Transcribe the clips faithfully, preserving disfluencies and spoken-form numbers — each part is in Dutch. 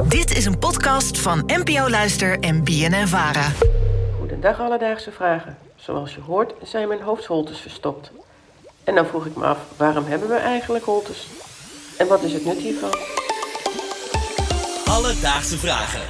Dit is een podcast van N P O Luister en B N N Vara. Goedendag alledaagse vragen. Zoals je hoort zijn mijn hoofdholtes verstopt. En dan vroeg ik me af, waarom hebben we eigenlijk holtes? En wat is het nut hiervan? Alledaagse vragen.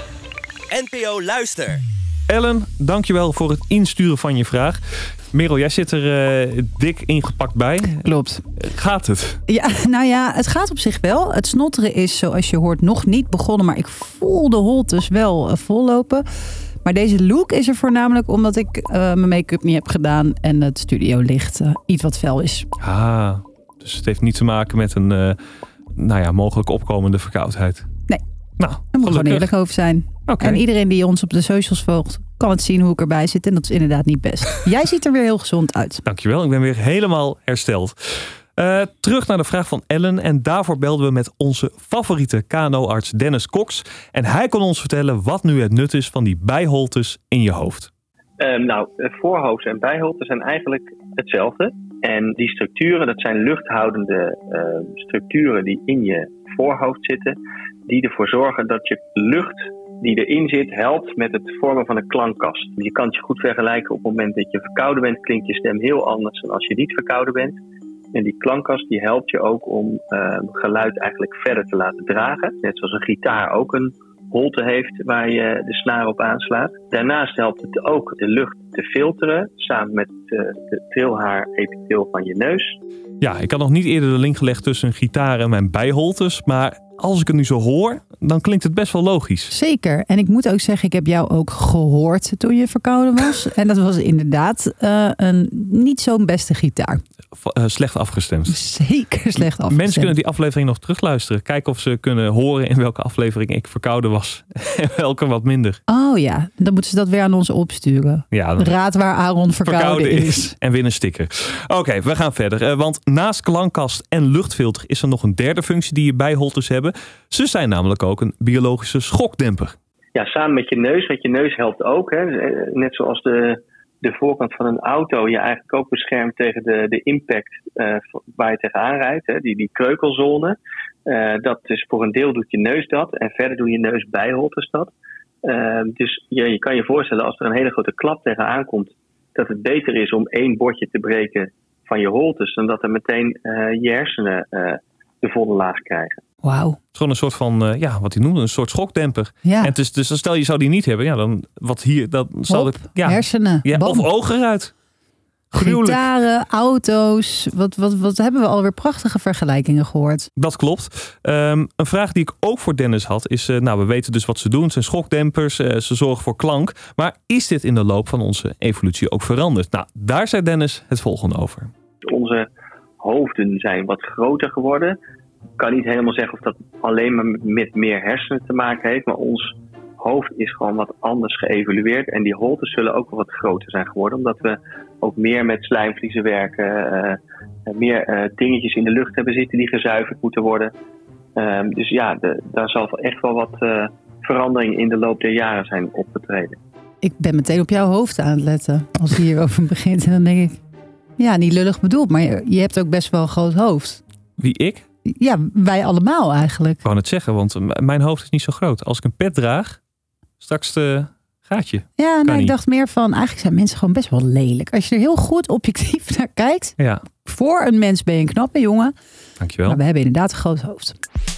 N P O Luister. Ellen, dankjewel voor het insturen van je vraag. Merel, jij zit er uh, dik ingepakt bij. Klopt. Gaat het? Ja, nou ja, het gaat op zich wel. Het snotteren is, zoals je hoort, nog niet begonnen. Maar ik voel de holtes wel uh, vollopen. Maar deze look is er voornamelijk omdat ik uh, mijn make-up niet heb gedaan. En het studiolicht uh, iets wat fel is. Ah, dus het heeft niet te maken met een uh, nou ja, mogelijk opkomende verkoudheid. Nee. Nou, daar moet gewoon eerlijk over zijn. Okay. En iedereen die ons op de socials volgt, kan het zien hoe ik erbij zit. En dat is inderdaad niet best. Jij ziet er weer heel gezond uit. Dankjewel, ik ben weer helemaal hersteld. Uh, terug naar de vraag van Ellen. En daarvoor belden we met onze favoriete K N O-arts Dennis Cox. En hij kon ons vertellen wat nu het nut is van die bijholtes in je hoofd. Um, nou, voorhoofd en bijholtes zijn eigenlijk hetzelfde. En die structuren, dat zijn luchthoudende uh, structuren die in je voorhoofd zitten. Die ervoor zorgen dat je lucht die erin zit helpt met het vormen van een klankkast. Je kan het je goed vergelijken op het moment dat je verkouden bent, klinkt je stem heel anders dan als je niet verkouden bent. En die klankkast die helpt je ook om uh, geluid eigenlijk verder te laten dragen. Net zoals een gitaar ook een holte heeft waar je de snaar op aanslaat. Daarnaast helpt het ook de lucht te filteren samen met de, de trilhaar-epitheel van je neus. Ja, ik had nog niet eerder de link gelegd tussen een gitaar en mijn bijholtes, maar als ik het nu zo hoor, dan klinkt het best wel logisch. Zeker. En ik moet ook zeggen, ik heb jou ook gehoord toen je verkouden was. En dat was inderdaad uh, een niet zo'n beste gitaar. Uh, slecht afgestemd. Zeker slecht afgestemd. Mensen kunnen die aflevering nog terugluisteren. Kijken of ze kunnen horen in welke aflevering ik verkouden was. En welke wat minder. Oh ja, dan moeten ze dat weer aan ons opsturen. Ja, dan Raad waar Aaron verkouden, verkouden is. is. En win een sticker. Oké, okay, we gaan verder. Uh, want naast klankkast en luchtfilter is er nog een derde functie die je bijholtes hebben. Ze zijn namelijk ook een biologische schokdemper. Ja, samen met je neus. Want je neus helpt ook. Hè. Net zoals de, de voorkant van een auto je eigenlijk ook beschermt tegen de, de impact uh, waar je tegenaan rijdt. Hè. Die, die kreukelzone. Uh, dat is voor een deel doet je neus dat. En verder doe je neus bijholtes dat. Uh, dus je, je kan je voorstellen als er een hele grote klap tegenaan komt, dat het beter is om één bordje te breken van je holtes, dan dat er meteen uh, je hersenen uh, de volle laag krijgen. Wauw. Het is gewoon een soort van, uh, ja, wat hij noemde, een soort schokdemper. Ja. En het is, dus stel je zou die niet hebben, ja, dan wat hier, dan zou Hop, het, ja, hersenen, ja, of ogen eruit. Gruwelijk. Gitaren, auto's. Wat, wat, wat hebben we alweer prachtige vergelijkingen gehoord. Dat klopt. Um, een vraag die ik ook voor Dennis had is, uh, nou, we weten dus wat ze doen. Het zijn schokdempers, uh, ze zorgen voor klank. Maar is dit in de loop van onze evolutie ook veranderd? Nou, daar zei Dennis het volgende over. Onze hoofden zijn wat groter geworden. Ik kan niet helemaal zeggen of dat alleen maar met meer hersenen te maken heeft. Maar ons hoofd is gewoon wat anders geëvolueerd. En die holtes zullen ook wel wat groter zijn geworden. Omdat we ook meer met slijmvliezen werken. Uh, meer uh, dingetjes in de lucht hebben zitten die gezuiverd moeten worden. Uh, dus ja, de, daar zal echt wel wat uh, verandering in de loop der jaren zijn opgetreden. Ik ben meteen op jouw hoofd aan het letten. Als je hierover begint. En dan denk ik, ja, niet lullig bedoeld. Maar je, je hebt ook best wel een groot hoofd. Wie, ik? Ja, wij allemaal eigenlijk. Ik wou het zeggen, want mijn hoofd is niet zo groot. Als ik een pet draag, straks de gaatje. Ja, nee, ik niet. dacht meer van, eigenlijk zijn mensen gewoon best wel lelijk. Als je er heel goed objectief naar kijkt. Ja. Voor een mens ben je een knappe jongen. Dankjewel. Maar we hebben inderdaad een groot hoofd.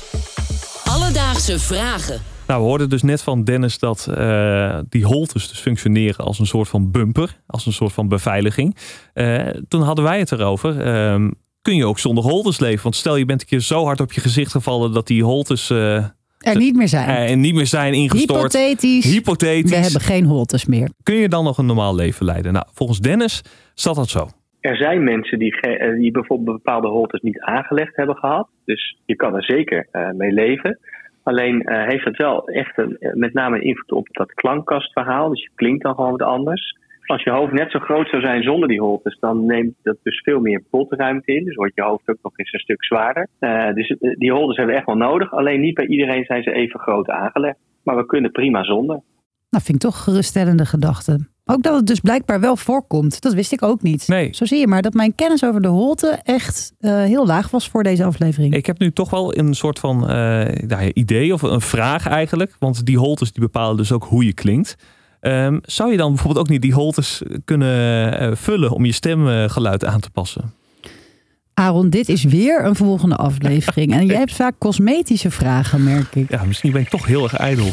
Alledaagse vragen. Nou, we hoorden dus net van Dennis dat uh, die holtes dus functioneren als een soort van bumper. Als een soort van beveiliging. Uh, toen hadden wij het erover. Uh, kun je ook zonder holtes leven? Want stel je bent een keer zo hard op je gezicht gevallen dat die holtes Uh, er niet meer zijn. En niet meer zijn ingestort. Hypothetisch. Hypothetisch. We hebben geen holtes meer. Kun je dan nog een normaal leven leiden? Nou, volgens Dennis zat dat zo. Er zijn mensen die, ge- die bijvoorbeeld bepaalde holtes niet aangelegd hebben gehad. Dus je kan er zeker uh, mee leven. Alleen uh, heeft het wel echt een, met name een invloed op dat klankkastverhaal. Dus je klinkt dan gewoon wat anders. Als je hoofd net zo groot zou zijn zonder die holtes, dan neemt dat dus veel meer botruimte in. Dus wordt je hoofd ook nog eens een stuk zwaarder. Uh, dus die holtes hebben we echt wel nodig. Alleen niet bij iedereen zijn ze even groot aangelegd. Maar we kunnen prima zonder. Nou, vind ik toch een geruststellende gedachte. Ook dat het dus blijkbaar wel voorkomt. Dat wist ik ook niet. Nee. Zo zie je maar dat mijn kennis over de holte echt uh, heel laag was voor deze aflevering. Ik heb nu toch wel een soort van uh, nou ja, idee of een vraag eigenlijk. Want die holtes die bepalen dus ook hoe je klinkt. Um, zou je dan bijvoorbeeld ook niet die holtes kunnen uh, vullen om je stemgeluid aan te passen? Aaron, dit is weer een volgende aflevering. En jij hebt vaak cosmetische vragen, merk ik. Ja, misschien ben ik toch heel erg ijdel.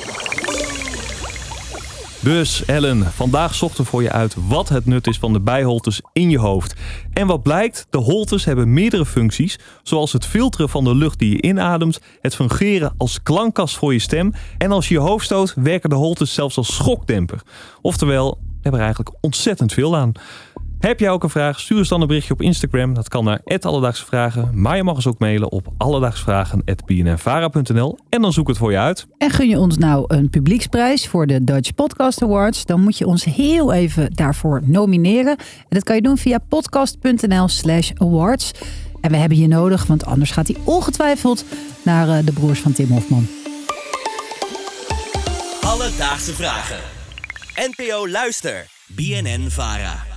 Dus Ellen, vandaag zochten we voor je uit wat het nut is van de bijholtes in je hoofd. En wat blijkt, de holtes hebben meerdere functies, zoals het filteren van de lucht die je inademt, het fungeren als klankkast voor je stem en als je je hoofd stoot, werken de holtes zelfs als schokdemper. Oftewel, we hebben er eigenlijk ontzettend veel aan. Heb jij ook een vraag? Stuur ons dan een berichtje op Instagram. Dat kan naar at Alledaagse Vragen. Maar je mag ons ook mailen op alledaagsvragen at b n n vara punt n l. En dan zoek ik het voor je uit. En gun je ons nou een publieksprijs voor de Dutch Podcast Awards? Dan moet je ons heel even daarvoor nomineren. En dat kan je doen via podcast punt n l slash awards. En we hebben je nodig, want anders gaat hij ongetwijfeld naar uh, de broers van Tim Hofman. Alledaagse Vragen. N P O Luister. B N N Vara.